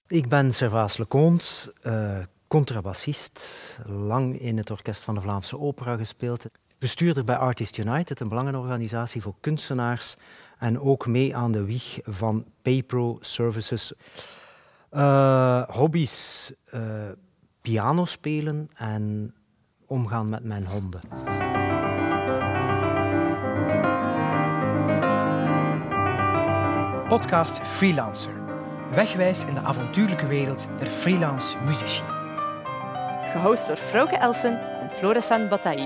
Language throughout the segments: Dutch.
Ik ben Servaas Leconte, contrabassist, lang in het orkest van de Vlaamse Opera gespeeld. Bestuurder bij Artists United, een belangenorganisatie voor kunstenaars. En ook mee aan de wieg van Paypro Services. Hobby's, piano spelen en omgaan met mijn honden. Podcast Freelancer. Wegwijs in de avontuurlijke wereld der freelance muzici. Gehost door Frauke Elsen en Florestan Bataille.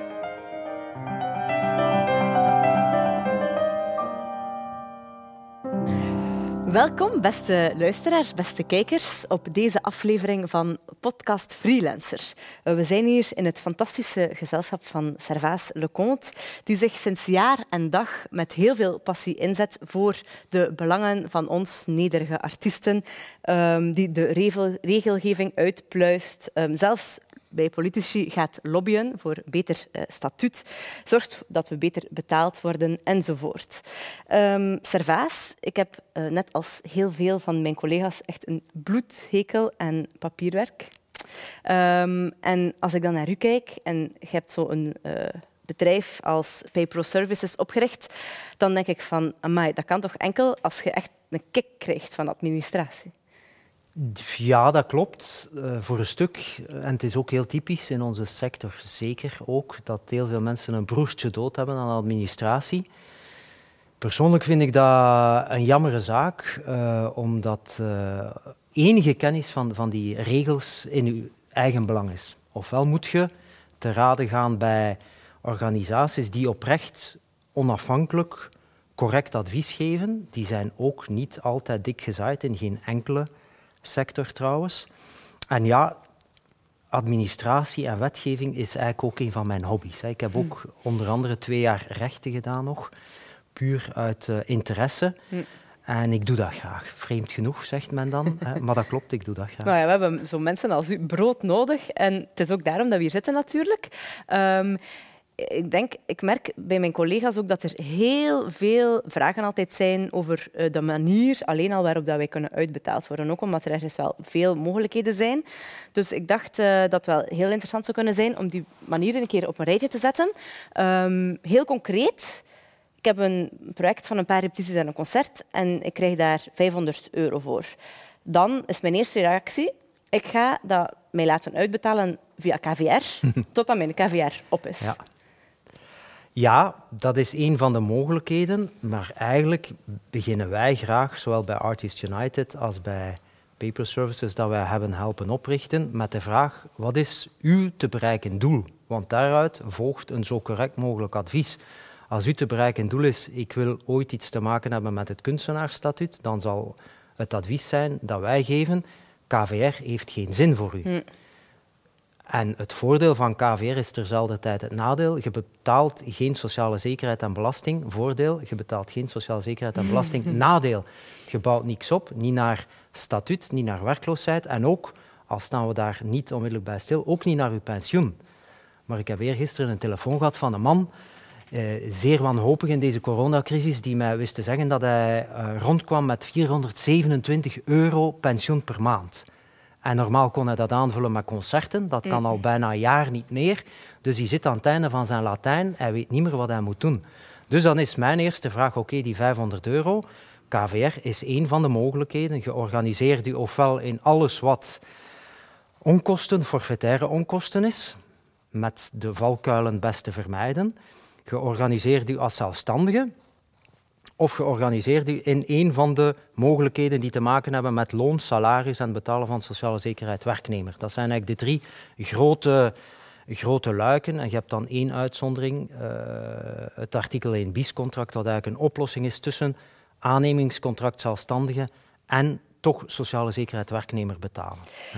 Welkom, beste luisteraars, beste kijkers, op deze aflevering van podcast Freelancer. We zijn hier in het fantastische gezelschap van Servaas Leconte, die zich sinds jaar en dag met heel veel passie inzet voor de belangen van ons nederige artiesten, die de regelgeving uitpluist, zelfs bij politici gaat lobbyen voor beter statuut, zorgt dat we beter betaald worden enzovoort. Servaas, ik heb net als heel veel van mijn collega's echt een bloedhekel aan papierwerk. En als ik dan naar u kijk en je hebt zo'n bedrijf als Paypro Services opgericht, dan denk ik van, amai, dat kan toch enkel als je echt een kick krijgt van administratie. Ja, dat klopt. Voor een stuk. En het is ook heel typisch in onze sector zeker ook, dat heel veel mensen een broertje dood hebben aan administratie. Persoonlijk vind ik dat een jammere zaak, omdat enige kennis van die regels in uw eigen belang is. Ofwel moet je te raden gaan bij organisaties die oprecht, onafhankelijk, correct advies geven. Die zijn ook niet altijd dik gezaaid in geen enkele sector trouwens. En ja, administratie en wetgeving is eigenlijk ook een van mijn hobby's. Ik heb ook onder andere 2 jaar rechten gedaan nog, puur uit interesse. En ik doe dat graag. Vreemd genoeg, zegt men dan. Maar dat klopt, ik doe dat graag. Nou ja, we hebben zo mensen als u brood nodig. En het is ook daarom dat we hier zitten natuurlijk. Ik merk bij mijn collega's ook dat er heel veel vragen altijd zijn over de manier alleen al waarop dat wij kunnen uitbetaald worden. Ook omdat er ergens wel veel mogelijkheden zijn. Dus ik dacht dat het wel heel interessant zou kunnen zijn om die manieren een keer op een rijtje te zetten. Heel concreet. Ik heb een project van een paar repetities en een concert en ik krijg daar €500 voor. Dan is mijn eerste reactie, ik ga dat mij laten uitbetalen via KVR, totdat mijn KVR op is. Ja. Ja, dat is een van de mogelijkheden, maar eigenlijk beginnen wij graag, zowel bij Artists United als bij Paypro Services, dat wij hebben helpen oprichten, met de vraag, wat is uw te bereiken doel? Want daaruit volgt een zo correct mogelijk advies. Als uw te bereiken doel is, ik wil ooit iets te maken hebben met het kunstenaarsstatuut, dan zal het advies zijn dat wij geven, KVR heeft geen zin voor u. En het voordeel van KVR is terzelfde tijd het nadeel. Je betaalt geen sociale zekerheid en belasting. Voordeel, je betaalt geen sociale zekerheid en belasting. Nadeel, je bouwt niks op, niet naar statuut, niet naar werkloosheid. En ook, al staan we daar niet onmiddellijk bij stil, ook niet naar uw pensioen. Maar ik heb eergisteren een telefoon gehad van een man, zeer wanhopig in deze coronacrisis, die mij wist te zeggen dat hij rondkwam met €427 pensioen per maand. En normaal kon hij dat aanvullen met concerten. Dat kan al bijna een jaar niet meer. Dus hij zit aan het einde van zijn Latijn. Hij weet niet meer wat hij moet doen. Dus dan is mijn eerste vraag, oké, die €500. KVR is één van de mogelijkheden. Je organiseert u ofwel in alles wat onkosten, forfaitaire onkosten is, met de valkuilen best te vermijden. Je organiseert u als zelfstandige. Of georganiseerd u in een van de mogelijkheden die te maken hebben met loon, salaris en betalen van sociale zekerheid werknemer. Dat zijn eigenlijk de 3 grote luiken. En je hebt dan 1 uitzondering, het artikel 1 bis-contract, wat eigenlijk een oplossing is tussen aannemingscontract zelfstandige en toch sociale zekerheid werknemer betalen.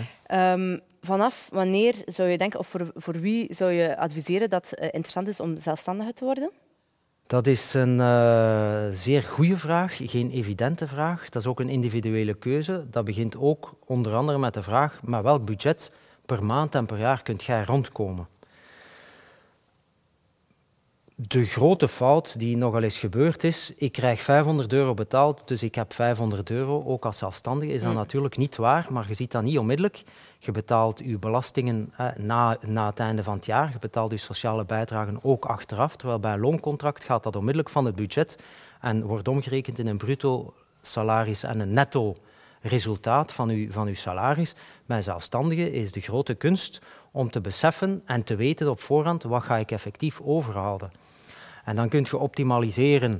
Vanaf wanneer zou je denken, of voor wie zou je adviseren dat het interessant is om zelfstandige te worden? Dat is een zeer goede vraag, geen evidente vraag. Dat is ook een individuele keuze. Dat begint ook onder andere met de vraag, met welk budget per maand en per jaar kunt jij rondkomen? De grote fout die nogal eens gebeurd is, ik krijg €500 betaald, dus ik heb €500. Ook als zelfstandige is dat natuurlijk niet waar, maar je ziet dat niet onmiddellijk. Je betaalt je belastingen na het einde van het jaar, je betaalt je sociale bijdragen ook achteraf, terwijl bij een looncontract gaat dat onmiddellijk van het budget en wordt omgerekend in een bruto salaris en een netto resultaat van uw salaris. Bij zelfstandigen is de grote kunst om te beseffen en te weten op voorhand wat ga ik effectief overhouden. En dan kun je optimaliseren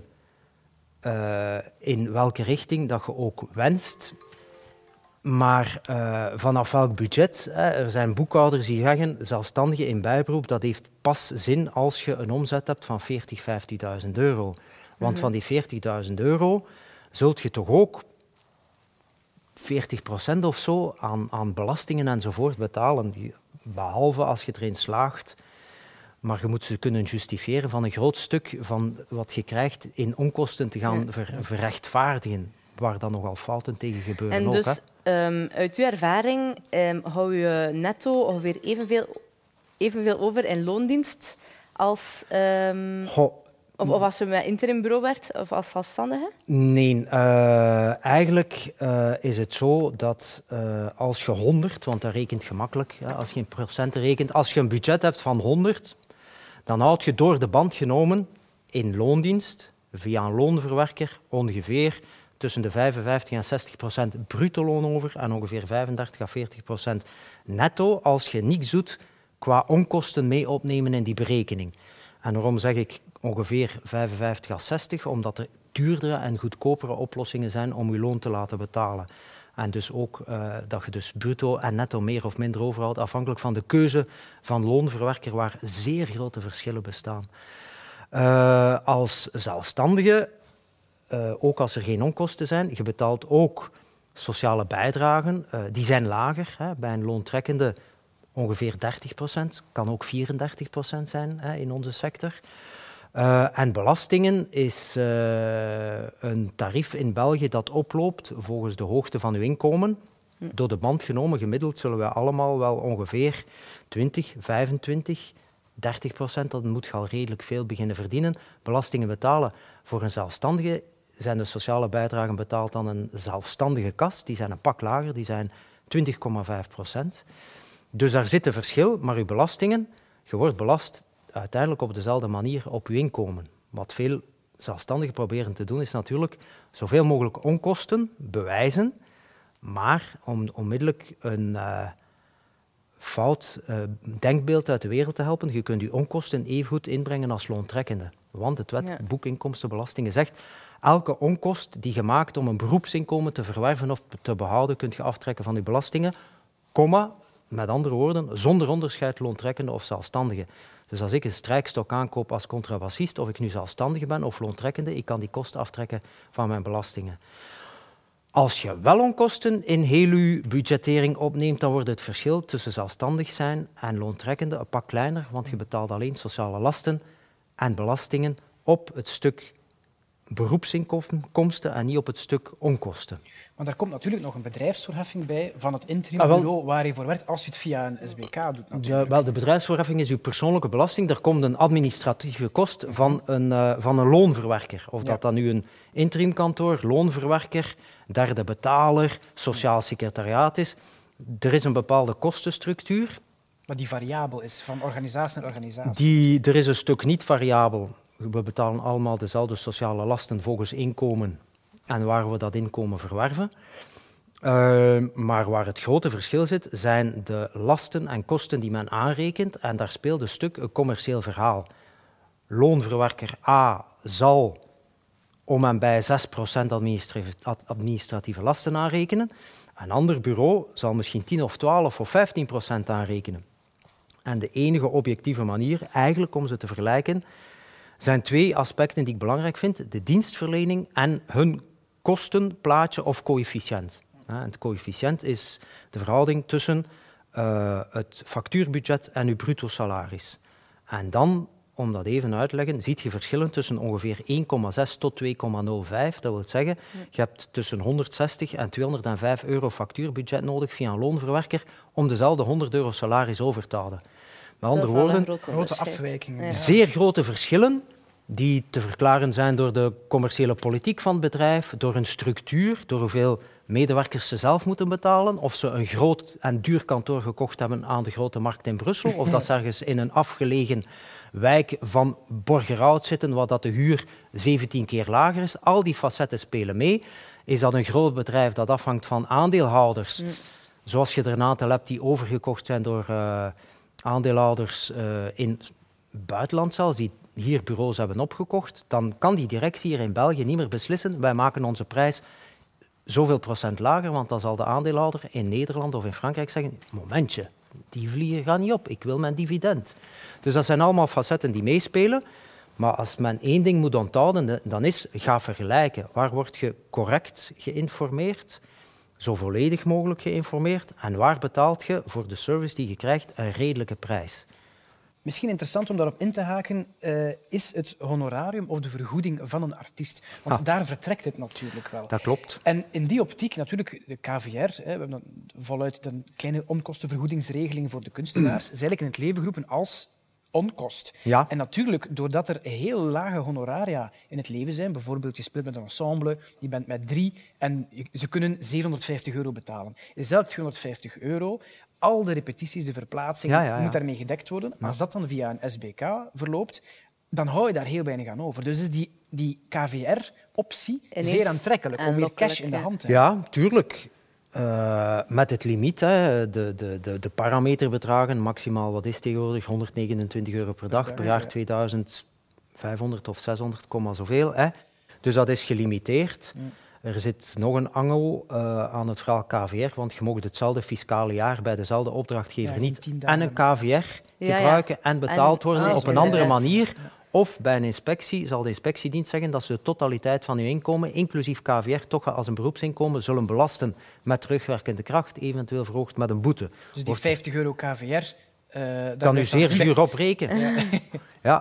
in welke richting dat je ook wenst. Maar vanaf welk budget? Er zijn boekhouders die zeggen, zelfstandigen in bijberoep, dat heeft pas zin als je een omzet hebt van 40.000, 50.000 euro. Want van die 40.000 euro zult je toch ook 40% of zo aan belastingen enzovoort betalen. Behalve als je erin slaagt. Maar je moet ze kunnen justifiëren van een groot stuk van wat je krijgt in onkosten te gaan verrechtvaardigen. Waar dan nogal fouten tegen gebeuren. En ook, dus uit uw ervaring hou je netto ongeveer evenveel over in loondienst als... Of als je met interimbureau werkt of als zelfstandige? Nee, eigenlijk is het zo dat als je 100, want dat rekent gemakkelijk, als je in procenten rekent, als je een budget hebt van 100, dan houd je door de band genomen in loondienst via een loonverwerker ongeveer tussen de 55% en 60% bruto loon over en ongeveer 35% à 40% netto als je niks doet qua onkosten mee opnemen in die berekening. En waarom zeg ik ongeveer 55 à 60? Omdat er duurdere en goedkopere oplossingen zijn om je loon te laten betalen. En dus ook dat je dus bruto en netto meer of minder overhoudt, afhankelijk van de keuze van loonverwerker, waar zeer grote verschillen bestaan. Als zelfstandige, ook als er geen onkosten zijn, je betaalt ook sociale bijdragen. Die zijn lager. Hè. Bij een loontrekkende ongeveer 30%, kan ook 34% zijn in onze sector. En belastingen is een tarief in België dat oploopt volgens de hoogte van uw inkomen. Door de band genomen, gemiddeld zullen we allemaal wel ongeveer 20, 25, 30%, dat moet je al redelijk veel beginnen verdienen, belastingen betalen. Voor een zelfstandige zijn de sociale bijdragen betaald aan een zelfstandige kas. Die zijn een pak lager, die zijn 20,5%. Dus daar zit een verschil, maar uw belastingen, je wordt belast uiteindelijk op dezelfde manier op uw inkomen. Wat veel zelfstandigen proberen te doen, is natuurlijk zoveel mogelijk onkosten bewijzen, maar om onmiddellijk een fout denkbeeld uit de wereld te helpen, je kunt je onkosten evengoed inbrengen als loontrekkende. Want het wet boekinkomstenbelastingen zegt, elke onkost die je maakt om een beroepsinkomen te verwerven of te behouden, kunt je aftrekken van je belastingen, met andere woorden, zonder onderscheid loontrekkende of zelfstandige. Dus als ik een strijkstok aankoop als contrabassist, of ik nu zelfstandige ben of loontrekkende, ik kan die kosten aftrekken van mijn belastingen. Als je wel onkosten in heel je budgettering opneemt, dan wordt het verschil tussen zelfstandig zijn en loontrekkende een pak kleiner, want je betaalt alleen sociale lasten en belastingen op het stuk beroepsinkomsten en niet op het stuk onkosten. Maar daar komt natuurlijk nog een bedrijfsvoorheffing bij van het interimbureau waar je voor werkt, als je het via een SBK doet natuurlijk. Wel, de bedrijfsvoorheffing is uw persoonlijke belasting. Daar komt een administratieve kost van een loonverwerker. Of dat dan nu een interimkantoor, loonverwerker, derde betaler, sociaal secretariaat is. Er is een bepaalde kostenstructuur. Maar die variabel is van organisatie naar organisatie. Er is een stuk niet variabel. We betalen allemaal dezelfde sociale lasten volgens inkomen en waar we dat inkomen verwerven. Maar waar het grote verschil zit, zijn de lasten en kosten die men aanrekent. En daar speelt een stuk een commercieel verhaal. Loonverwerker A zal om en bij 6% administratieve lasten aanrekenen. Een ander bureau zal misschien 10 of 12 of 15% aanrekenen. En de enige objectieve manier, eigenlijk om ze te vergelijken, zijn twee aspecten die ik belangrijk vind. De dienstverlening en hun kostenplaatje of coëfficiënt. Het coëfficiënt is de verhouding tussen het factuurbudget en uw bruto salaris. En dan, om dat even uit te leggen, ziet je verschillen tussen ongeveer 1,6 tot 2,05. Dat wil zeggen, je hebt tussen 160 en 205 euro factuurbudget nodig via een loonverwerker om dezelfde 100 euro salaris over te houden. Met andere woorden, grote afwijkingen. Ja. zeer grote verschillen die te verklaren zijn door de commerciële politiek van het bedrijf, door hun structuur, door hoeveel medewerkers ze zelf moeten betalen, of ze een groot en duur kantoor gekocht hebben aan de grote markt in Brussel, of dat ze ergens in een afgelegen wijk van Borgerhout zitten, waar dat de huur 17 keer lager is. Al die facetten spelen mee. Is dat een groot bedrijf dat afhangt van aandeelhouders, zoals je er een aantal hebt die overgekocht zijn door aandeelhouders in het buitenland zelfs, die hier bureaus hebben opgekocht, dan kan die directie hier in België niet meer beslissen, wij maken onze prijs zoveel procent lager, want dan zal de aandeelhouder in Nederland of in Frankrijk zeggen, momentje, die vliegen gaan niet op, ik wil mijn dividend. Dus dat zijn allemaal facetten die meespelen. Maar als men één ding moet onthouden, dan is ga vergelijken. Waar word je correct geïnformeerd, zo volledig mogelijk geïnformeerd, en waar betaalt je voor de service die je krijgt een redelijke prijs? Misschien interessant om daarop in te haken, is het honorarium of de vergoeding van een artiest. Want daar vertrekt het natuurlijk wel. Dat klopt. En in die optiek natuurlijk de KVR, we hebben dan voluit een kleine onkostenvergoedingsregeling voor de kunstenaars, is eigenlijk in het leven geroepen als onkost. Ja. En natuurlijk, doordat er heel lage honoraria in het leven zijn, bijvoorbeeld je speelt met een ensemble, je bent met 3 en ze kunnen €750 betalen. Is elk €250. Al de repetities, de verplaatsing, moet daarmee gedekt worden. Maar als dat dan via een SBK verloopt, dan hou je daar heel weinig aan over. Dus is die KVR-optie zeer aantrekkelijk om meer cash in de hand te hebben. Ja, tuurlijk. Met het limiet, hè, de parameterbedragen, maximaal wat is tegenwoordig, €129 per dag, per jaar 2500 of 600, zoveel. Hè. Dus dat is gelimiteerd. Er zit nog een angel aan het verhaal KVR, want je mag hetzelfde fiscale jaar bij dezelfde opdrachtgever niet en een KVR gebruiken en betaald worden op een andere manier. Of bij een inspectie zal de inspectiedienst zeggen dat ze de totaliteit van uw inkomen, inclusief KVR, toch als een beroepsinkomen zullen belasten met terugwerkende kracht, eventueel verhoogd met een boete. Dus die €50 KVR... kan u zeer zuur oprekenen. Ja,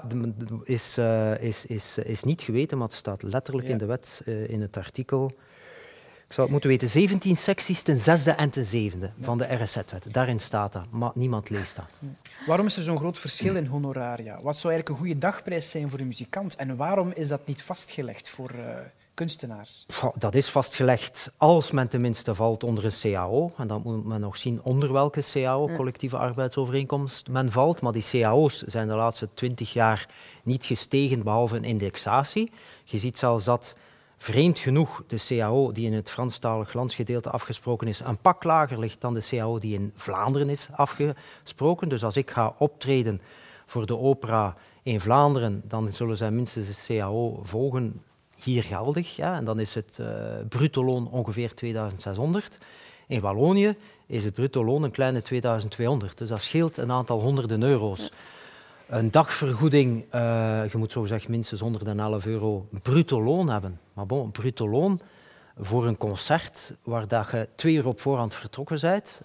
is niet geweten, maar het staat letterlijk in de wet, in het artikel. Ik zou het moeten weten, 17 secties ten 6e en ten 7e van de RSZ-wet. Daarin staat dat, maar niemand leest dat. Waarom is er zo'n groot verschil in honoraria? Wat zou eigenlijk een goede dagprijs zijn voor een muzikant? En waarom is dat niet vastgelegd voor kunstenaars? Dat is vastgelegd als men tenminste valt onder een CAO. En dan moet men nog zien onder welke CAO, collectieve arbeidsovereenkomst, men valt. Maar die CAO's zijn de laatste 20 jaar niet gestegen, behalve een indexatie. Je ziet zelfs dat, vreemd genoeg, de CAO die in het Franstalig landsgedeelte afgesproken is, een pak lager ligt dan de CAO die in Vlaanderen is afgesproken. Dus als ik ga optreden voor de opera in Vlaanderen, dan zullen zij minstens de CAO volgen hier geldig. Ja, en dan is het bruto loon ongeveer 2600. In Wallonië is het bruto loon een kleine 2200. Dus dat scheelt een aantal honderden euro's. Een dagvergoeding, je moet zo zeggen minstens €111 bruto loon hebben. Maar bon, bruto loon voor een concert waar dat je 2 uur op voorhand vertrokken bent,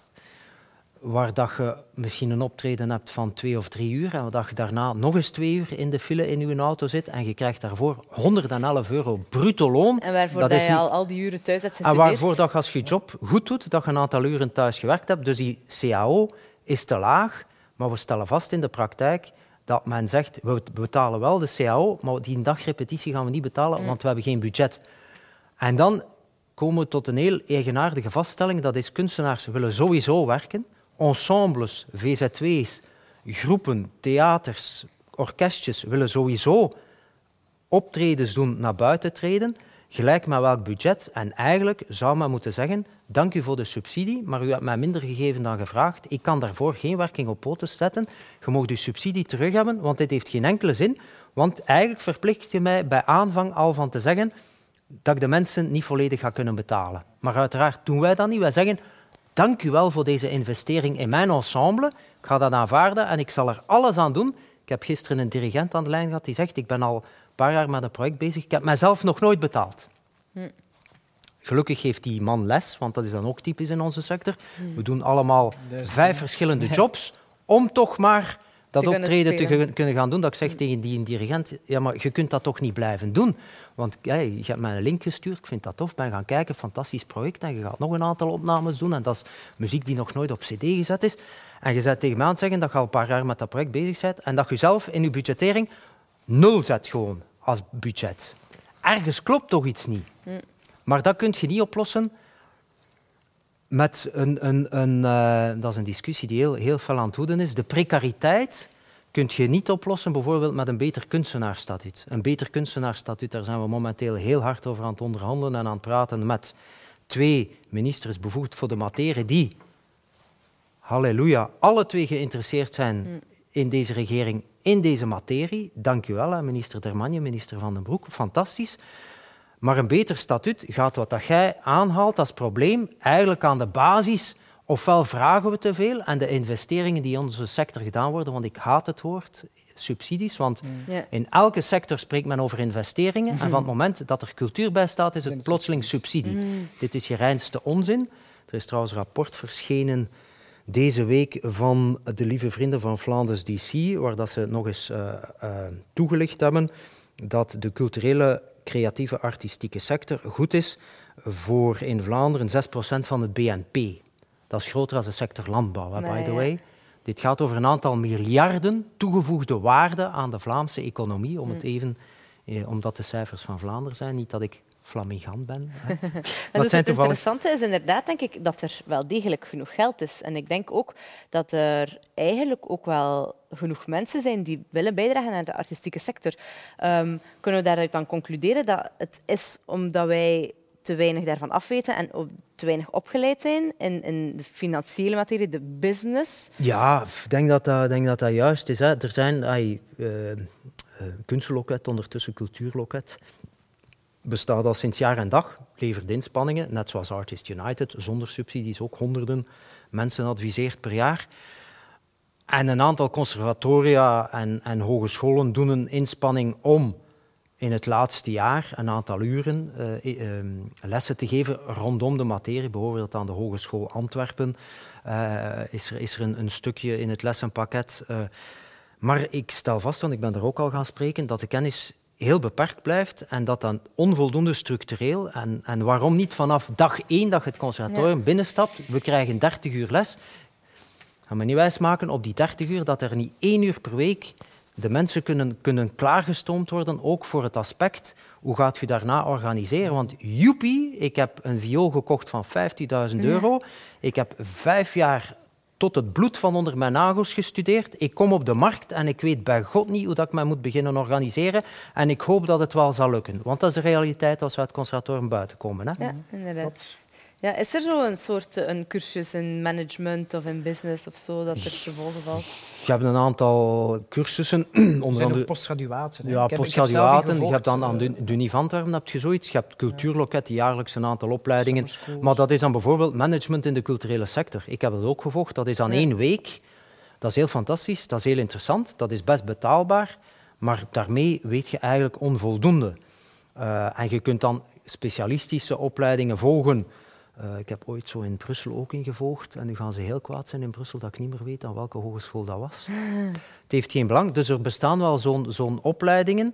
waar dat je misschien een optreden hebt van 2 of 3 uur en dat je daarna nog eens 2 uur in de file in je auto zit en je krijgt daarvoor €111 bruto loon. En waarvoor dat je al die uren thuis hebt gestudeerd. En waarvoor dat je als je job goed doet, dat je een aantal uren thuis gewerkt hebt. Dus die CAO is te laag, maar we stellen vast in de praktijk dat men zegt, we betalen wel de CAO, maar die dagrepetitie gaan we niet betalen, want we hebben geen budget. En dan komen we tot een heel eigenaardige vaststelling, dat is kunstenaars willen sowieso werken, ensembles, VZW's, groepen, theaters, orkestjes willen sowieso optredens doen, naar buiten treden, gelijk met welk budget. En eigenlijk zou men moeten zeggen, dank u voor de subsidie, maar u hebt mij minder gegeven dan gevraagd. Ik kan daarvoor geen werking op poten zetten. Je mag uw subsidie terug hebben, want dit heeft geen enkele zin. Want eigenlijk verplicht je mij bij aanvang al van te zeggen dat ik de mensen niet volledig ga kunnen betalen. Maar uiteraard doen wij dat niet. Wij zeggen, dank u wel voor deze investering in mijn ensemble. Ik ga dat aanvaarden en ik zal er alles aan doen. Ik heb gisteren een dirigent aan de lijn gehad die zegt, ik ben al een paar jaar met een project bezig. Ik heb mijzelf nog nooit betaald. Gelukkig geeft die man les, want dat is dan ook typisch in onze sector. We doen allemaal 5 verschillende jobs om toch maar dat optreden te kunnen gaan doen, dat ik zeg tegen die dirigent, ja, maar je kunt dat toch niet blijven doen. Want je hebt mij een link gestuurd, ik vind dat tof, ben gaan kijken, fantastisch project, en je gaat nog een aantal opnames doen, en dat is muziek die nog nooit op cd gezet is. En je bent tegen mij aan het zeggen dat je al een paar jaar met dat project bezig bent, en dat je zelf in je budgettering 0 zet gewoon als budget. Ergens klopt toch iets niet. Maar dat kun je niet oplossen met dat is een discussie die heel fel aan het woeden is. De precariteit kun je niet oplossen bijvoorbeeld met een beter kunstenaarsstatuut. Een beter kunstenaarsstatuut, daar zijn we momenteel heel hard over aan het onderhandelen en aan het praten met 2 ministers bevoegd voor de materie die, halleluja, alle 2 geïnteresseerd zijn in deze regering, in deze materie. Dank u wel, minister Dermagne, minister Van den Broek. Fantastisch. Maar een beter statuut gaat wat dat jij aanhaalt als probleem eigenlijk aan de basis. Ofwel vragen we te veel en de investeringen die in onze sector gedaan worden, want ik haat het woord subsidies, want in elke sector spreekt men over investeringen en van het moment dat er cultuur bij staat, is het plotseling subsidie. Dit is je reinste onzin. Er is trouwens een rapport verschenen deze week van de lieve vrienden van Flanders DC, waar dat ze nog eens toegelicht hebben dat de culturele, creatieve, artistieke sector goed is voor in Vlaanderen 6% van het BNP. Dat is groter dan de sector landbouw, by the way. Dit gaat over een aantal miljarden toegevoegde waarde aan de Vlaamse economie, omdat de cijfers van Vlaanderen zijn. Niet dat ik flamingant ben. Dus het interessante is inderdaad, denk ik, dat er wel degelijk genoeg geld is. En ik denk ook dat er eigenlijk ook wel genoeg mensen zijn die willen bijdragen aan de artistieke sector. Kunnen we daaruit dan concluderen dat het is omdat wij te weinig daarvan afweten en te weinig opgeleid zijn in de financiële materie, de business? Ja, ik denk dat dat juist is. Hè. Er zijn kunstenloket, ondertussen cultuurloket, bestaat al sinds jaar en dag, levert inspanningen, net zoals Artists United, zonder subsidies ook honderden mensen adviseert per jaar. En een aantal conservatoria en hogescholen doen een inspanning om in het laatste jaar een aantal uren lessen te geven rondom de materie. Bijvoorbeeld aan de Hogeschool Antwerpen is er een stukje in het lessenpakket. Maar ik stel vast, want ik ben er ook al gaan spreken, dat de kennis heel beperkt blijft en dat dan onvoldoende structureel. En waarom niet vanaf dag 1 dat je het conservatorium binnenstapt, we krijgen 30 uur les. Ga me niet wijsmaken op die 30 uur dat er niet 1 uur per week de mensen kunnen klaargestoomd worden, ook voor het aspect, hoe gaat je daarna organiseren? Want joepie, ik heb een viool gekocht van €50.000. Ik heb 5 jaar tot het bloed van onder mijn nagels gestudeerd. Ik kom op de markt en ik weet bij God niet hoe dat ik mij moet beginnen organiseren. En ik hoop dat het wel zal lukken. Want dat is de realiteit als we uit het conservatorium buiten komen. Hè? Ja, inderdaad. Ja, is er zo een soort een cursus in management of in business of zo dat er te volgen valt? Je hebt een aantal cursussen. Onder andere postgraduaten. Ja, postgraduaten. Je hebt dan aan de Unie van Antwerpen heb je zoiets. Je hebt cultuurloket, jaarlijks een aantal opleidingen. Maar dat is dan bijvoorbeeld management in de culturele sector. Ik heb dat ook gevolgd. Dat is aan 1 week. Dat is heel fantastisch. Dat is heel interessant. Dat is best betaalbaar. Maar daarmee weet je eigenlijk onvoldoende. En je kunt dan specialistische opleidingen volgen. Ik heb ooit zo in Brussel ook ingevolgd. En nu gaan ze heel kwaad zijn in Brussel dat ik niet meer weet aan welke hogeschool dat was. Het heeft geen belang. Dus er bestaan wel zo'n opleidingen.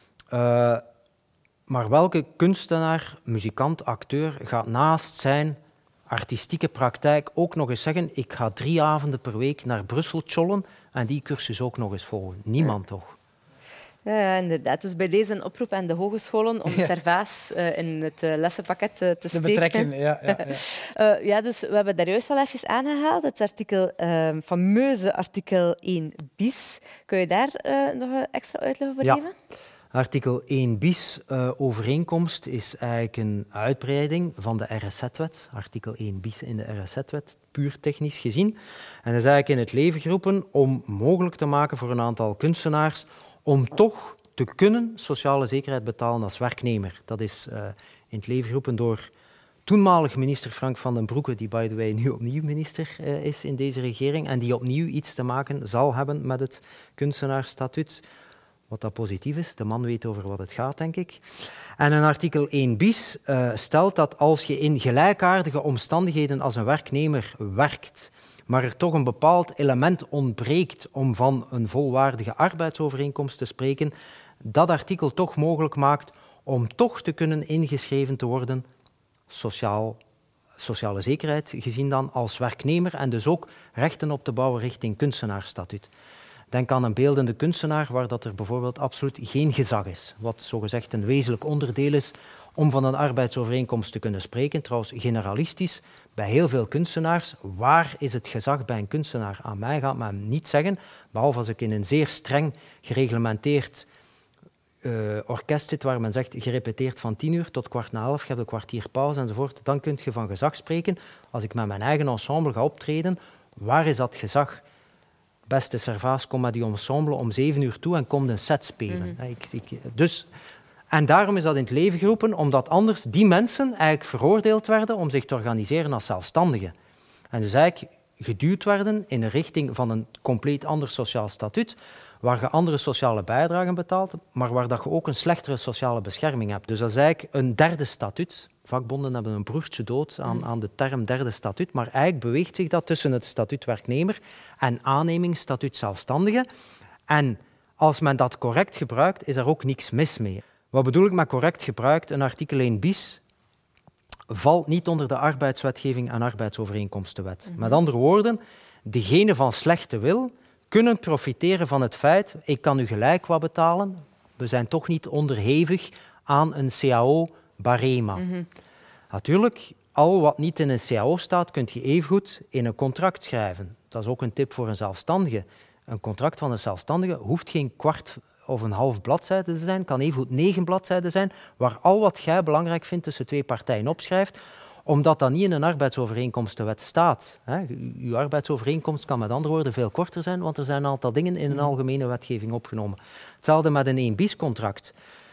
Maar welke kunstenaar, muzikant, acteur gaat naast zijn artistieke praktijk ook nog eens zeggen ik ga 3 avonden per week naar Brussel tjollen en die cursus ook nog eens volgen? Niemand toch? Ja, inderdaad. Dus bij deze een oproep aan de hogescholen om Servaas in het lessenpakket te steken. Betrekken, ja, dus we hebben daar juist al even aangehaald, het artikel, fameuze artikel 1 bis. Kun je daar nog extra uitleg over geven? Artikel 1 bis, overeenkomst, is eigenlijk een uitbreiding van de RSZ-wet. Artikel 1 bis in de RSZ-wet, puur technisch gezien. En dat is eigenlijk in het leven geroepen om mogelijk te maken voor een aantal kunstenaars om toch te kunnen sociale zekerheid betalen als werknemer. Dat is in het leven geroepen door toenmalig minister Frank van den Broeke, die by the way nu opnieuw minister is in deze regering en die opnieuw iets te maken zal hebben met het kunstenaarsstatuut. wat dat positief is. De man weet over wat het gaat, denk ik. En een artikel 1 bis stelt dat als je in gelijkaardige omstandigheden als een werknemer werkt, maar er toch een bepaald element ontbreekt om van een volwaardige arbeidsovereenkomst te spreken, dat artikel toch mogelijk maakt om toch te kunnen ingeschreven te worden, sociale zekerheid gezien dan, als werknemer en dus ook rechten op te bouwen richting kunstenaarsstatuut. Denk aan een beeldende kunstenaar waar dat er bijvoorbeeld absoluut geen gezag is, wat zogezegd een wezenlijk onderdeel is om van een arbeidsovereenkomst te kunnen spreken. Trouwens, generalistisch, bij heel veel kunstenaars, waar is het gezag bij een kunstenaar? Aan mij gaat men niet zeggen, behalve als ik in een zeer streng gereglementeerd orkest zit waar men zegt, gerepeteerd van 10 uur tot 11:15, je hebt een kwartier pauze enzovoort, dan kun je van gezag spreken. Als ik met mijn eigen ensemble ga optreden, waar is dat gezag? Beste Servaas, kom met die ensemble om 7 uur toe en kom een set spelen. En daarom is dat in het leven geroepen, omdat anders die mensen eigenlijk veroordeeld werden om zich te organiseren als zelfstandigen. En dus eigenlijk geduwd werden in een richting van een compleet ander sociaal statuut, waar je andere sociale bijdragen betaalt, maar waar dat je ook een slechtere sociale bescherming hebt. Dus dat is eigenlijk een derde statuut. Vakbonden hebben een broertje dood aan de term derde statuut, maar eigenlijk beweegt zich dat tussen het statuut werknemer en aanneming zelfstandige. En als men dat correct gebruikt, is er ook niks mis mee. Wat bedoel ik met correct gebruikt? Een artikel 1 bis valt niet onder de arbeidswetgeving en arbeidsovereenkomstenwet. Met andere woorden, degenen van slechte wil kunnen profiteren van het feit, ik kan u gelijk wat betalen, we zijn toch niet onderhevig aan een CAO-barema. Natuurlijk, al wat niet in een CAO staat, kun je evengoed in een contract schrijven. Dat is ook een tip voor een zelfstandige. Een contract van een zelfstandige hoeft geen kwart of een half bladzijde te zijn, kan evengoed 9 bladzijden zijn, waar al wat jij belangrijk vindt tussen twee partijen opschrijft, omdat dat niet in een arbeidsovereenkomstenwet staat. Uw arbeidsovereenkomst kan met andere woorden veel korter zijn, want er zijn een aantal dingen in een algemene wetgeving opgenomen. Hetzelfde met een 1 bis contract.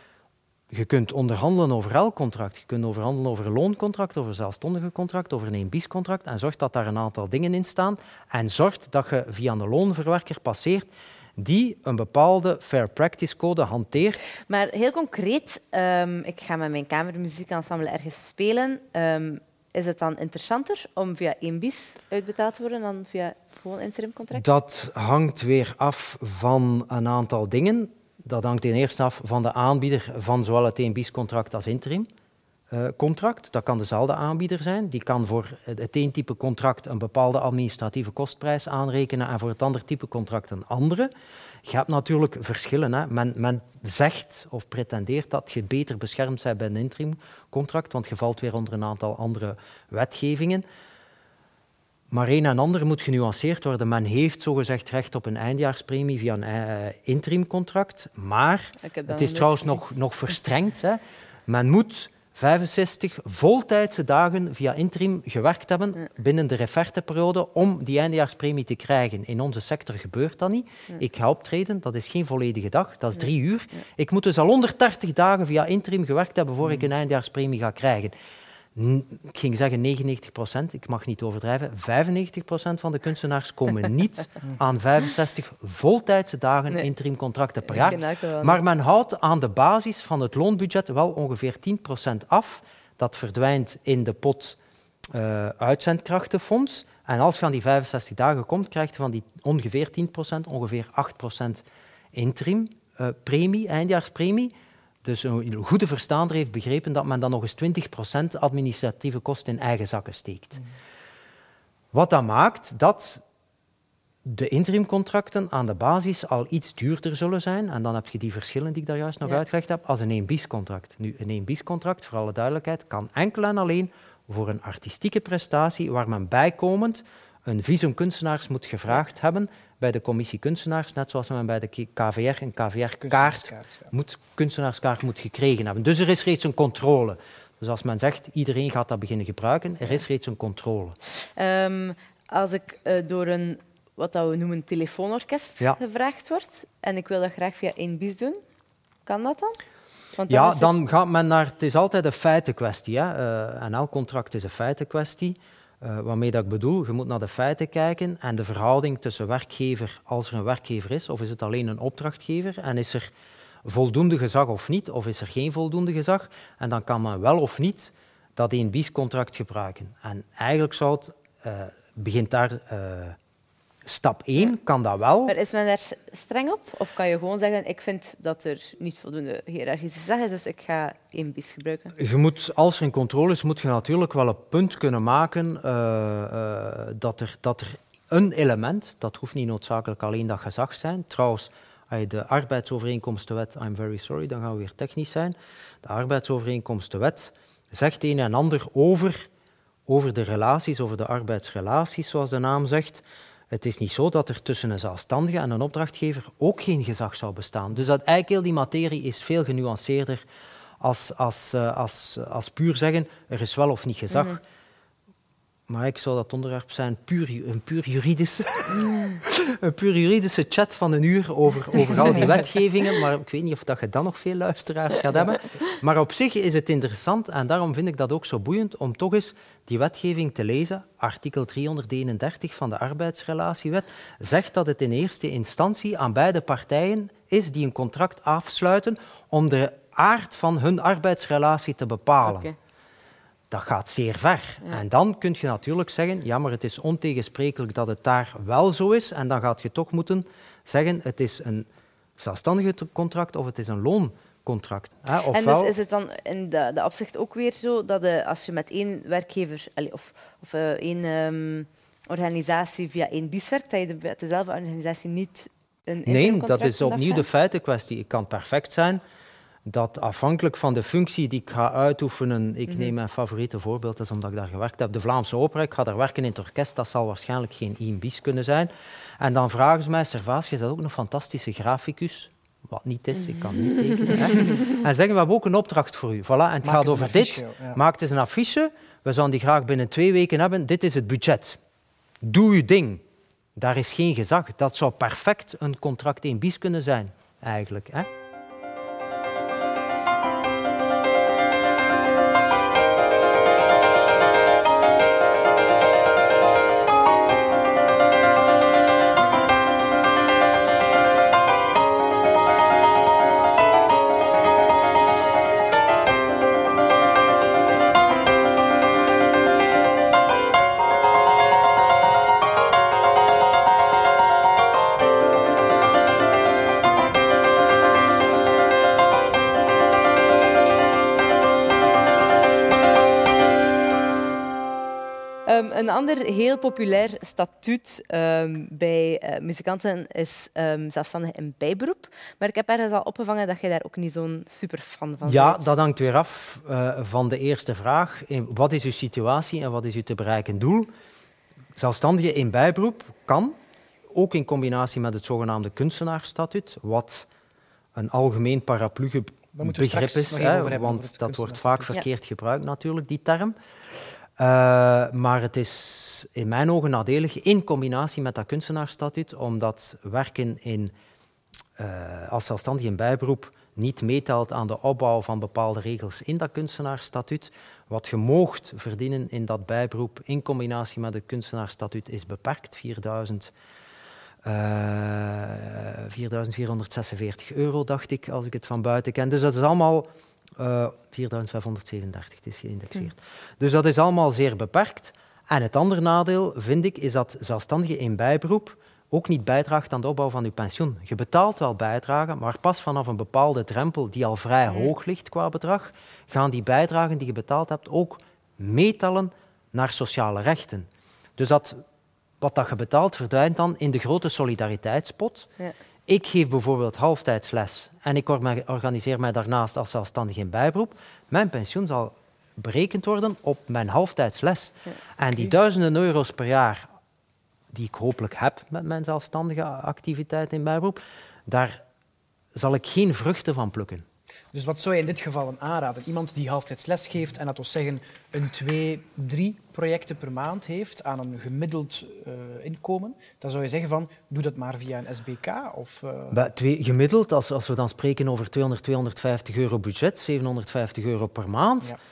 Je kunt onderhandelen over elk contract. Je kunt onderhandelen over een looncontract, over een zelfstandige contract, over een 1 bis contract en zorg dat daar een aantal dingen in staan en zorg dat je via een loonverwerker passeert die een bepaalde fair practice code hanteert. Maar heel concreet, ik ga met mijn kamermuziekensemble ergens spelen. Is het dan interessanter om via 1 bis uitbetaald te worden dan via gewoon interimcontract? Dat hangt weer af van een aantal dingen. Dat hangt ten eerste af van de aanbieder van zowel het 1 bis contract als interim contract. Dat kan dezelfde aanbieder zijn. Die kan voor het een type contract een bepaalde administratieve kostprijs aanrekenen en voor het andere type contract een andere. Je hebt natuurlijk verschillen. Hè. Men zegt of pretendeert dat je beter beschermd bent bij een interimcontract, want je valt weer onder een aantal andere wetgevingen. Maar een en ander moet genuanceerd worden. Men heeft zogezegd recht op een eindjaarspremie via een interimcontract, maar het is trouwens nog verstrengd. Hè. Men moet 65 voltijdse dagen via interim gewerkt hebben binnen de referteperiode om die eindejaarspremie te krijgen. In onze sector gebeurt dat niet. Ik ga optreden, dat is geen volledige dag, dat is 3 uur. Ik moet dus al 130 dagen via interim gewerkt hebben voor ik een eindejaarspremie ga krijgen. Ik ging zeggen 99%, ik mag niet overdrijven, 95% van de kunstenaars komen niet aan 65 voltijdse dagen interimcontracten per jaar. Maar men houdt aan de basis van het loonbudget wel ongeveer 10% af. Dat verdwijnt in de pot uitzendkrachtenfonds. En als je aan die 65 dagen komt, krijg je van die ongeveer 10% ongeveer 8% interimpremie, eindjaarspremie. Dus een goede verstaander heeft begrepen dat men dan nog eens 20% administratieve kosten in eigen zakken steekt. Wat dat maakt dat de interimcontracten aan de basis al iets duurder zullen zijn. En dan heb je die verschillen die ik daar juist nog uitgelegd heb, als een 1 bis contract. Nu, een 1 bis contract, voor alle duidelijkheid, kan enkel en alleen voor een artistieke prestatie waar men bijkomend een visum kunstenaars moet gevraagd hebben bij de commissie kunstenaars, net zoals men bij de KVR een KVR-kaart kunstenaarskaart moet gekregen hebben. Dus er is reeds een controle. Dus als men zegt, iedereen gaat dat beginnen gebruiken, er is reeds een controle. Als ik door een, wat we noemen, telefoonorkest gevraagd word en ik wil dat graag via 1 bis doen, kan dat dan? Want dan gaat men naar... Het is altijd een feitenkwestie. Hè? En elk contract is een feitenkwestie. Waarmee dat ik bedoel, je moet naar de feiten kijken en de verhouding tussen werkgever, als er een werkgever is, of is het alleen een opdrachtgever, en is er voldoende gezag of niet, of is er geen voldoende gezag, en dan kan men wel of niet dat 1-bis-contract gebruiken. En eigenlijk zou het, begint daar stap 1, kan dat wel. Maar is men daar streng op? Of kan je gewoon zeggen, ik vind dat er niet voldoende hiërarchische gezag is, dus ik ga 1-bis gebruiken? Je moet, als er een controle is, moet je natuurlijk wel een punt kunnen maken dat er een element, dat hoeft niet noodzakelijk alleen dat gezag zijn. Trouwens, de arbeidsovereenkomstenwet, I'm very sorry, dan gaan we weer technisch zijn. De arbeidsovereenkomstenwet zegt een en ander over de relaties, over de arbeidsrelaties, zoals de naam zegt. Het is niet zo dat er tussen een zelfstandige en een opdrachtgever ook geen gezag zou bestaan. Dus dat eigenlijk heel die materie is veel genuanceerder als puur zeggen, er is wel of niet gezag. Mm-hmm. Maar ik zou dat onderwerp zijn een puur juridische chat van een uur over al die wetgevingen. Maar ik weet niet of je dan nog veel luisteraars gaat hebben. Maar op zich is het interessant en daarom vind ik dat ook zo boeiend om toch eens die wetgeving te lezen. Artikel 331 van de arbeidsrelatiewet zegt dat het in eerste instantie aan beide partijen is die een contract afsluiten om de aard van hun arbeidsrelatie te bepalen. Okay. Dat gaat zeer ver. Ja. En dan kun je natuurlijk zeggen, ja, maar het is ontegensprekelijk dat het daar wel zo is. En dan gaat je toch moeten zeggen, het is een zelfstandige contract of het is een looncontract. Ofwel... En dus is het dan in de opzicht ook weer zo dat als je met één werkgever of één organisatie via 1-bis werkt, dat je met dezelfde organisatie niet een Nee, dat is opnieuw de feitenkwestie. Het kan perfect zijn dat afhankelijk van de functie die ik ga uitoefenen, ik neem mijn favoriete voorbeeld, dat is omdat ik daar gewerkt heb, de Vlaamse Opera, ik ga daar werken in het orkest, dat zal waarschijnlijk geen 1-bis kunnen zijn. En dan vragen ze mij, Servaas, je bent ook een fantastische graficus, wat niet is, ik kan niet tekenen. Hè? En zeggen, we hebben ook een opdracht voor u. Voilà, en het gaat over dit, maak eens een affiche, we zouden die graag binnen 2 weken hebben, dit is het budget. Doe uw ding. Daar is geen gezag. Dat zou perfect een contract 1-bis kunnen zijn, eigenlijk. Hè? Een ander heel populair statuut bij muzikanten is zelfstandig in bijberoep. Maar ik heb ergens al opgevangen dat je daar ook niet zo'n superfan van bent. Ja, dat hangt weer af van de eerste vraag. Wat is uw situatie en wat is uw te bereiken doel? Zelfstandige in bijberoep kan, ook in combinatie met het zogenaamde kunstenaarsstatuut, wat een algemeen paraplu-begrip is, want dat wordt vaak verkeerd gebruikt natuurlijk, die term. Maar het is in mijn ogen nadelig in combinatie met dat kunstenaarsstatuut, omdat werken als zelfstandig in bijberoep niet meetelt aan de opbouw van bepaalde regels in dat kunstenaarsstatuut. Wat je moogt verdienen in dat bijberoep in combinatie met het kunstenaarsstatuut is beperkt, €4.446, dacht ik, als ik het van buiten ken. Dus dat is allemaal... 4.537, het is geïndexeerd. Dus dat is allemaal zeer beperkt. En het andere nadeel, vind ik, is dat zelfstandigen in bijberoep ook niet bijdraagt aan de opbouw van uw pensioen. Je betaalt wel bijdragen, maar pas vanaf een bepaalde drempel die al vrij hoog ligt qua bedrag, gaan die bijdragen die je betaald hebt ook meetellen naar sociale rechten. Dus wat dat je betaalt verdwijnt dan in de grote solidariteitspot. Ja. Ik geef bijvoorbeeld halftijdsles en ik organiseer mij daarnaast als zelfstandig in bijberoep. Mijn pensioen zal berekend worden op mijn halftijdsles. Ja. En die duizenden euro's per jaar die ik hopelijk heb met mijn zelfstandige activiteit in bijberoep, daar zal ik geen vruchten van plukken. Dus wat zou je in dit geval aanraden? Iemand die halftijds les geeft en, laten we zeggen, 2, 3 projecten per maand heeft aan een gemiddeld inkomen, dan zou je zeggen van, doe dat maar via een SBK? Of, Gemiddeld, als we dan spreken over €200, €250 budget, €750 per maand,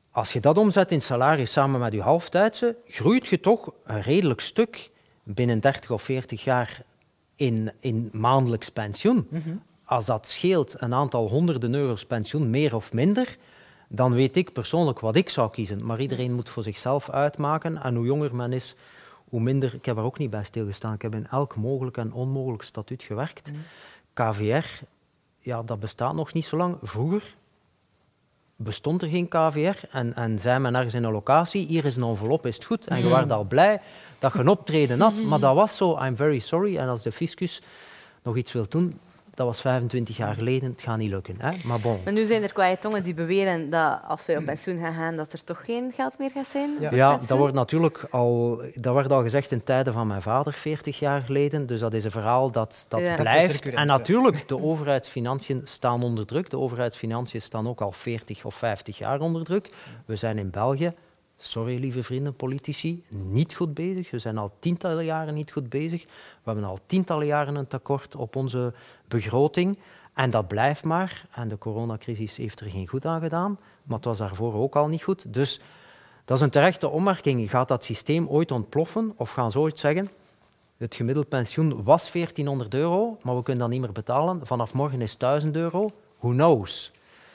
Als je dat omzet in salaris samen met je halftijdse, groeit je toch een redelijk stuk binnen 30 of 40 jaar in maandelijks pensioen. Als dat scheelt een aantal honderden euro's pensioen, meer of minder, dan weet ik persoonlijk wat ik zou kiezen. Maar iedereen moet voor zichzelf uitmaken. En hoe jonger men is, hoe minder... Ik heb er ook niet bij stilgestaan. Ik heb in elk mogelijk en onmogelijk statuut gewerkt. KVR, ja, dat bestaat nog niet zo lang. Vroeger bestond er geen KVR en zei men ergens in een locatie, hier is een envelop, is het goed? En je was al blij dat je een optreden had. Maar dat was zo, I'm very sorry. En als de fiscus nog iets wil doen, dat was 25 jaar geleden, het gaat niet lukken. Hè? Maar bon. Maar nu zijn er kwaaie tongen die beweren dat als wij op pensioen gaan, dat er toch geen geld meer gaat zijn? Ja, dat wordt natuurlijk dat werd al gezegd in tijden van mijn vader, 40 jaar geleden. Dus dat is een verhaal dat blijft. En natuurlijk, de overheidsfinanciën staan onder druk. De overheidsfinanciën staan ook al 40 of 50 jaar onder druk. We zijn in België, sorry lieve vrienden, politici, niet goed bezig. We zijn al tientallen jaren niet goed bezig. We hebben al tientallen jaren een tekort op onze begroting. En dat blijft maar. En de coronacrisis heeft er geen goed aan gedaan. Maar het was daarvoor ook al niet goed. Dus dat is een terechte opmerking. Gaat dat systeem ooit ontploffen? Of gaan ze ooit zeggen, het gemiddeld pensioen was €1400, maar we kunnen dat niet meer betalen. Vanaf morgen is €1000. Who knows?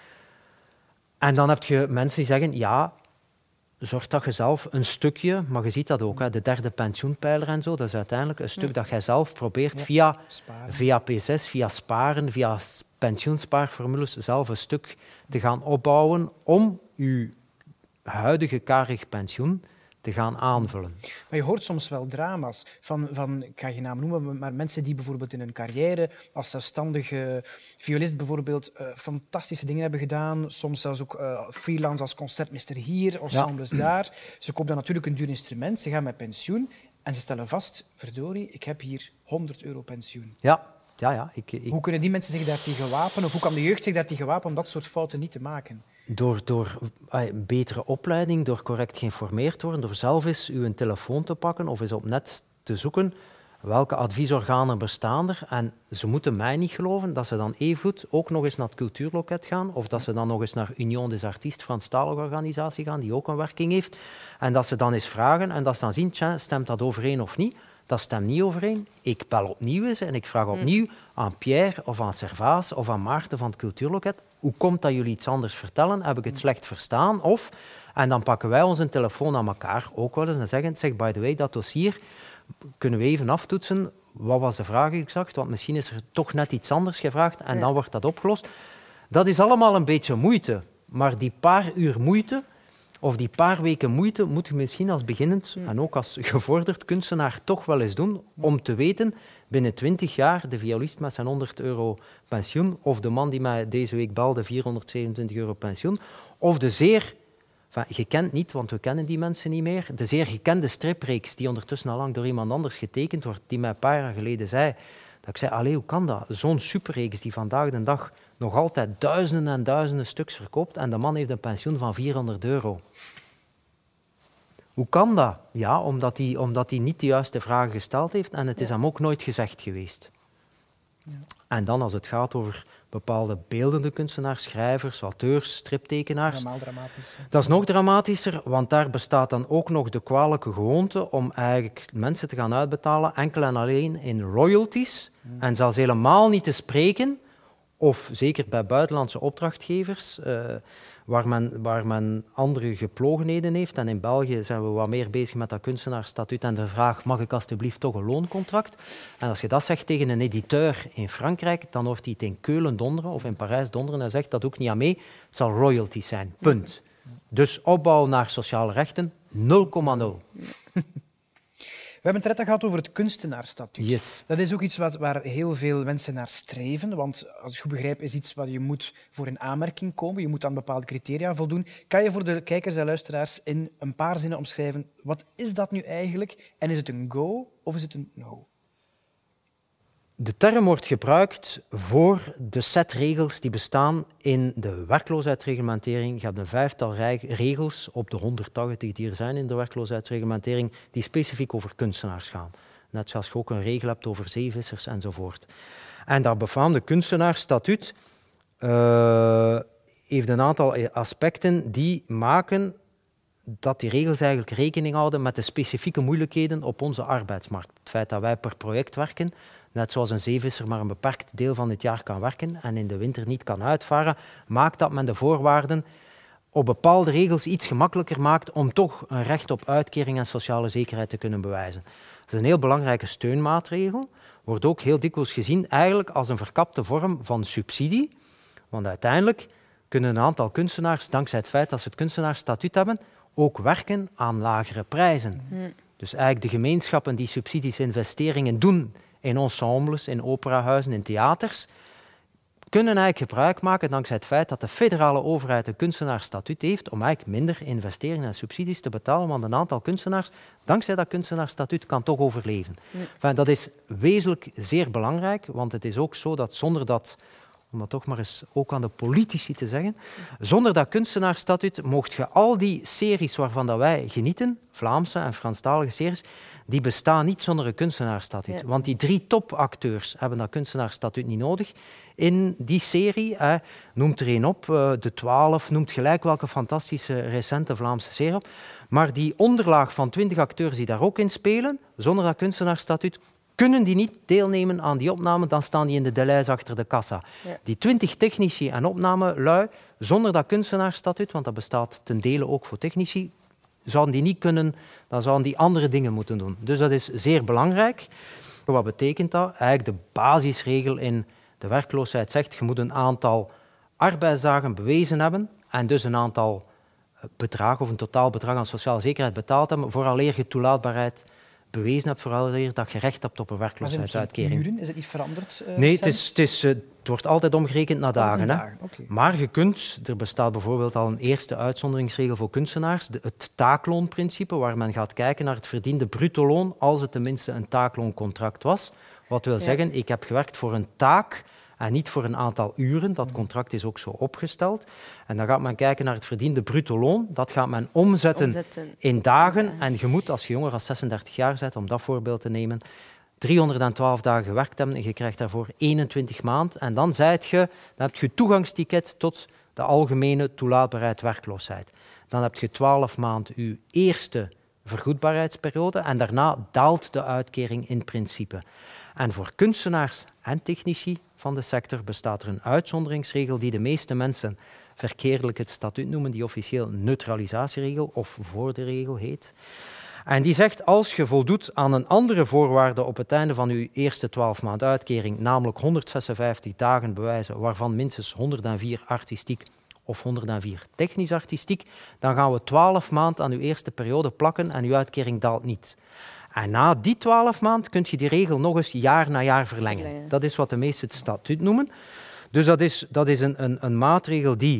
En dan heb je mensen die zeggen, ja, zorg dat je zelf een stukje, maar je ziet dat ook, hè, de derde pensioenpijler en zo, dat is uiteindelijk een stuk dat jij zelf probeert via P6, via sparen, via pensioenspaarformules, zelf een stuk te gaan opbouwen om je huidige karig pensioen te gaan aanvullen. Maar je hoort soms wel drama's van ik ga je naam noemen, maar mensen die bijvoorbeeld in hun carrière als zelfstandige violist bijvoorbeeld fantastische dingen hebben gedaan, soms zelfs ook freelance als concertmeester hier, ensembles daar. Ze kopen dan natuurlijk een duur instrument, ze gaan met pensioen en ze stellen vast, verdorie, ik heb hier €100 pensioen. Ja. Hoe kunnen die mensen zich daartegen wapenen, of hoe kan de jeugd zich daartegen wapenen om dat soort fouten niet te maken? Door betere opleiding, door correct geïnformeerd te worden, door zelf eens uw telefoon te pakken of eens op net te zoeken welke adviesorganen bestaan er. En ze moeten mij niet geloven dat ze dan evengoed ook nog eens naar het cultuurloket gaan of dat ze dan nog eens naar Union des Artistes, Franstalige organisatie gaan, die ook een werking heeft. En dat ze dan eens vragen en dat ze dan zien, stemt dat overeen of niet? Dat stemt niet overeen. Ik bel opnieuw eens en ik vraag opnieuw aan Pierre of aan Servaas of aan Maarten van het cultuurloket. Hoe komt dat jullie iets anders vertellen? Heb ik het slecht verstaan? En dan pakken wij onze telefoon aan elkaar ook wel eens en zeggen, zeg, by the way, dat dossier kunnen we even aftoetsen. Wat was de vraag exact? Want misschien is er toch net iets anders gevraagd en dan wordt dat opgelost. Dat is allemaal een beetje moeite. Maar die paar uur moeite of die paar weken moeite moet je misschien als beginnend en ook als gevorderd kunstenaar toch wel eens doen om te weten, binnen 20 jaar, de violist met zijn €100 pensioen of de man die mij deze week belde, €427 pensioen, of de zeer, je kent niet, want we kennen die mensen niet meer, de zeer gekende stripreeks die ondertussen al lang door iemand anders getekend wordt, die mij een paar jaar geleden zei, dat ik zei, allee, hoe kan dat? Zo'n superreeks die vandaag de dag nog altijd duizenden en duizenden stuks verkoopt en de man heeft een pensioen van €400. Hoe kan dat? Ja, omdat hij niet de juiste vragen gesteld heeft en het is hem ook nooit gezegd geweest. Ja. En dan als het gaat over bepaalde beeldende kunstenaars, schrijvers, auteurs, striptekenaars. Dramatisch. Dat is nog dramatischer, want daar bestaat dan ook nog de kwalijke gewoonte om eigenlijk mensen te gaan uitbetalen enkel en alleen in royalties en zelfs helemaal niet te spreken, of zeker bij buitenlandse opdrachtgevers, waar men andere geplogenheden heeft. En in België zijn we wat meer bezig met dat kunstenaarsstatuut en de vraag, mag ik alstublieft toch een looncontract? En als je dat zegt tegen een editeur in Frankrijk, dan hoort hij het in Keulen donderen of in Parijs donderen en zegt, dat doe ik niet aan mee, het zal royalties zijn, punt. Dus opbouw naar sociale rechten, 0,0. We hebben het net gehad over het kunstenaarsstatuut. Yes. Dat is ook iets waar heel veel mensen naar streven. Want als ik goed begrijp, is iets wat je moet voor in aanmerking komen. Je moet aan bepaalde criteria voldoen. Kan je voor de kijkers en luisteraars in een paar zinnen omschrijven, wat is dat nu eigenlijk? En is het een go of is het een no? De term wordt gebruikt voor de set regels die bestaan in de werkloosheidsreglementering. Je hebt een 5-tal regels op de 180 die er zijn in de werkloosheidsreglementering die specifiek over kunstenaars gaan. Net zoals je ook een regel hebt over zeevissers enzovoort. En dat befaamde kunstenaarsstatuut heeft een aantal aspecten die maken dat die regels eigenlijk rekening houden met de specifieke moeilijkheden op onze arbeidsmarkt. Het feit dat wij per project werken, net zoals een zeevisser maar een beperkt deel van het jaar kan werken en in de winter niet kan uitvaren, maakt dat men de voorwaarden op bepaalde regels iets gemakkelijker maakt om toch een recht op uitkering en sociale zekerheid te kunnen bewijzen. Dat is een heel belangrijke steunmaatregel. Wordt ook heel dikwijls gezien eigenlijk als een verkapte vorm van subsidie. Want uiteindelijk kunnen een aantal kunstenaars, dankzij het feit dat ze het kunstenaarsstatuut hebben, ook werken aan lagere prijzen. Dus eigenlijk de gemeenschappen die subsidies investeringen doen in ensembles, in operahuizen, in theaters, kunnen eigenlijk gebruik maken dankzij het feit dat de federale overheid een kunstenaarsstatuut heeft om eigenlijk minder investeringen en subsidies te betalen, want een aantal kunstenaars, dankzij dat kunstenaarsstatuut, kan toch overleven. Enfin, dat is wezenlijk zeer belangrijk, want het is ook zo dat zonder dat, om dat toch maar eens ook aan de politici te zeggen, zonder dat kunstenaarsstatuut mocht je al die series waarvan dat wij genieten, Vlaamse en Franstalige series, die bestaan niet zonder een kunstenaarsstatuut. Ja. Want die 3 topacteurs hebben dat kunstenaarsstatuut niet nodig. In die serie, noemt er een op, De 12, noemt gelijk welke fantastische recente Vlaamse serie op. Maar die onderlaag van 20 acteurs die daar ook in spelen, zonder dat kunstenaarsstatuut, kunnen die niet deelnemen aan die opname, dan staan die in de delijs achter de kassa. Ja. Die 20 technici en opnamelui, zonder dat kunstenaarsstatuut, want dat bestaat ten dele ook voor technici, zouden die niet kunnen, dan zouden die andere dingen moeten doen. Dus dat is zeer belangrijk. Wat betekent dat? Eigenlijk de basisregel in de werkloosheid zegt, je moet een aantal arbeidsdagen bewezen hebben en dus een aantal bedrag of een totaalbedrag aan sociale zekerheid betaald hebben, vooraleer je toelaatbaarheid bewezen hebt, vooraleer dat je recht hebt op een werkloosheidsuitkering. Uren? Is het niet veranderd? Nee, het wordt altijd omgerekend naar dagen. Hè. Okay. Maar er bestaat bijvoorbeeld al een eerste uitzonderingsregel voor kunstenaars, het taakloonprincipe, waar men gaat kijken naar het verdiende bruto loon als het tenminste een taaklooncontract was. Wat wil zeggen, ik heb gewerkt voor een taak en niet voor een aantal uren. Dat contract is ook zo opgesteld. En dan gaat men kijken naar het verdiende bruto loon. Dat gaat men omzetten in dagen. En je moet, als je jonger dan 36 jaar bent, om dat voorbeeld te nemen, 312 dagen gewerkt hebben en je krijgt daarvoor 21 maanden. En dan heb je toegangsticket tot de algemene toelaatbaarheid werkloosheid. Dan heb je 12 maanden je eerste vergoedbaarheidsperiode en daarna daalt de uitkering in principe. En voor kunstenaars en technici van de sector bestaat er een uitzonderingsregel die de meeste mensen verkeerdelijk het statuut noemen, die officieel neutralisatieregel of voordeelregel heet. En die zegt, als je voldoet aan een andere voorwaarde op het einde van je eerste 12 maanden uitkering, namelijk 156 dagen bewijzen, waarvan minstens 104 artistiek of 104 technisch artistiek, dan gaan we 12 maanden aan uw eerste periode plakken en uw uitkering daalt niet. En na die 12 maanden kun je die regel nog eens jaar na jaar verlengen. Dat is wat de meesten het statuut noemen. Dus dat is een maatregel die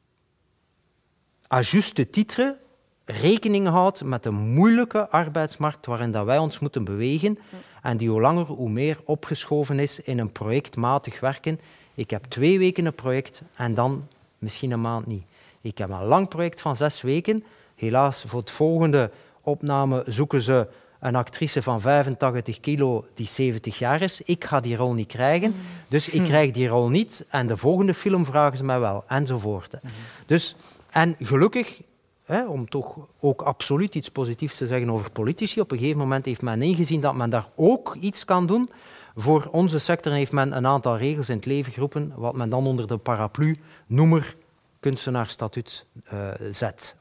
à juste titre rekening houdt met de moeilijke arbeidsmarkt waarin dat wij ons moeten bewegen en die hoe langer hoe meer opgeschoven is in een projectmatig werken. Ik heb 2 weken een project en dan misschien een maand niet. Ik heb een lang project van 6 weken. Helaas, voor het volgende opname zoeken ze een actrice van 85 kilo die 70 jaar is. Ik ga die rol niet krijgen, dus ik krijg die rol niet. En de volgende film vragen ze mij wel, enzovoort. Dus, en gelukkig, om toch ook absoluut iets positiefs te zeggen over politici, op een gegeven moment heeft men ingezien dat men daar ook iets kan doen. Voor onze sector heeft men een aantal regels in het leven geroepen, wat men dan onder de paraplu noemer kunstenaarsstatuut zet.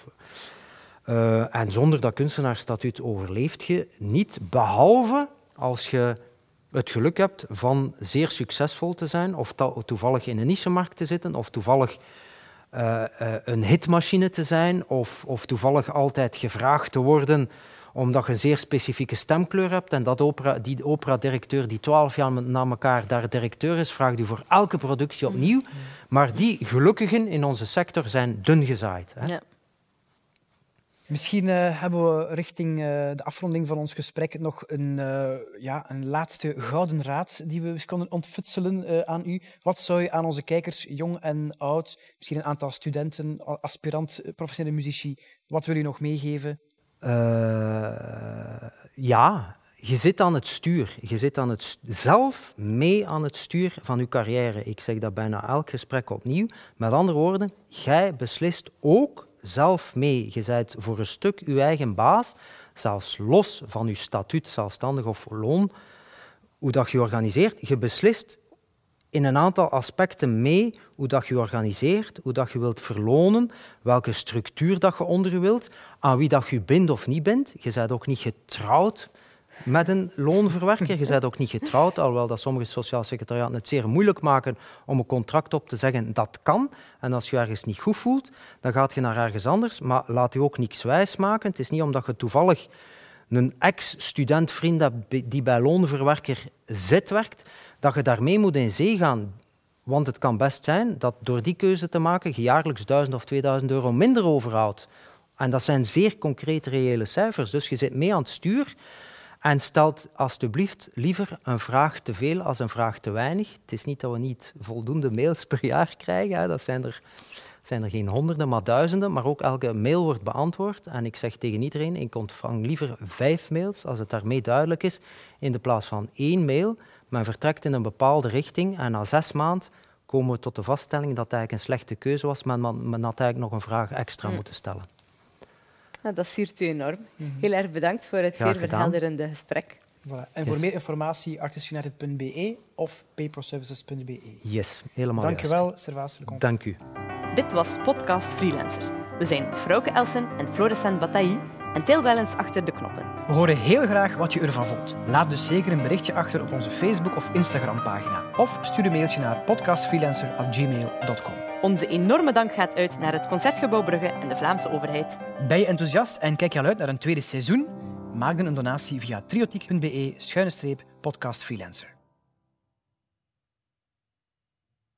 En zonder dat kunstenaarsstatuut overleeft je niet, behalve als je het geluk hebt van zeer succesvol te zijn, of toevallig in een nichemarkt te zitten, of toevallig een hitmachine te zijn, of toevallig altijd gevraagd te worden omdat je een zeer specifieke stemkleur hebt en dat die operadirecteur die 12 jaar na elkaar daar directeur is, vraagt u voor elke productie opnieuw. Maar die gelukkigen in onze sector zijn dun gezaaid. Hè? Ja. Misschien hebben we richting de afronding van ons gesprek nog een laatste gouden raad die we konden ontfutselen aan u. Wat zou je aan onze kijkers, jong en oud, misschien een aantal studenten, aspirant, professionele muzici, wat wil u nog meegeven? Je zit aan het stuur. Je zit zelf mee aan het stuur van je carrière. Ik zeg dat bijna elk gesprek opnieuw. Met andere woorden, jij beslist ook zelf mee. Je bent voor een stuk je eigen baas, zelfs los van je statuut, zelfstandig of loon, hoe dat je organiseert. Je beslist in een aantal aspecten mee hoe dat je organiseert, hoe dat je wilt verlonen, welke structuur dat je onder je wilt, aan wie dat je bindt of niet bindt. Je bent ook niet getrouwd met een loonverwerker. Je bent ook niet getrouwd, alhoewel dat sommige sociaal secretariaten het zeer moeilijk maken om een contract op te zeggen dat kan. En als je ergens niet goed voelt, dan gaat je naar ergens anders. Maar laat je ook niks wijs maken. Het is niet omdat je toevallig een ex-studentvriend hebt die bij loonverwerker werkt, dat je daarmee moet in zee gaan. Want het kan best zijn dat door die keuze te maken je jaarlijks 1.000 of 2.000 euro minder overhoudt. En dat zijn zeer concrete, reële cijfers. Dus je zit mee aan het stuur en stelt alsjeblieft liever een vraag te veel als een vraag te weinig. Het is niet dat we niet voldoende mails per jaar krijgen. Hè. Dat zijn er geen honderden, maar duizenden. Maar ook elke mail wordt beantwoord. En ik zeg tegen iedereen, ik ontvang liever 5 mails, als het daarmee duidelijk is, in de plaats van 1 mail. Men vertrekt in een bepaalde richting en na 6 maanden komen we tot de vaststelling dat het eigenlijk een slechte keuze was, maar men had eigenlijk nog een vraag extra moeten stellen. Ja, dat siert u enorm. Heel erg bedankt voor het zeer verhelderende gesprek. Voilà. En voor meer informatie artisunited.be of paperservices.be. Yes, helemaal Dank je wel, Servaas. Dank u. Dit was Podcast Freelancer. We zijn Frauke Elsen en Florissant Bataille en Til Wellens achter de knoppen. We horen heel graag wat je ervan vond. Laat dus zeker een berichtje achter op onze Facebook- of Instagram-pagina. Of stuur een mailtje naar podcastfreelancer@gmail.com. Onze enorme dank gaat uit naar het Concertgebouw Brugge en de Vlaamse overheid. Ben je enthousiast en kijk je al uit naar een tweede seizoen? Maak dan een donatie via triotiek.be/podcastfreelancer.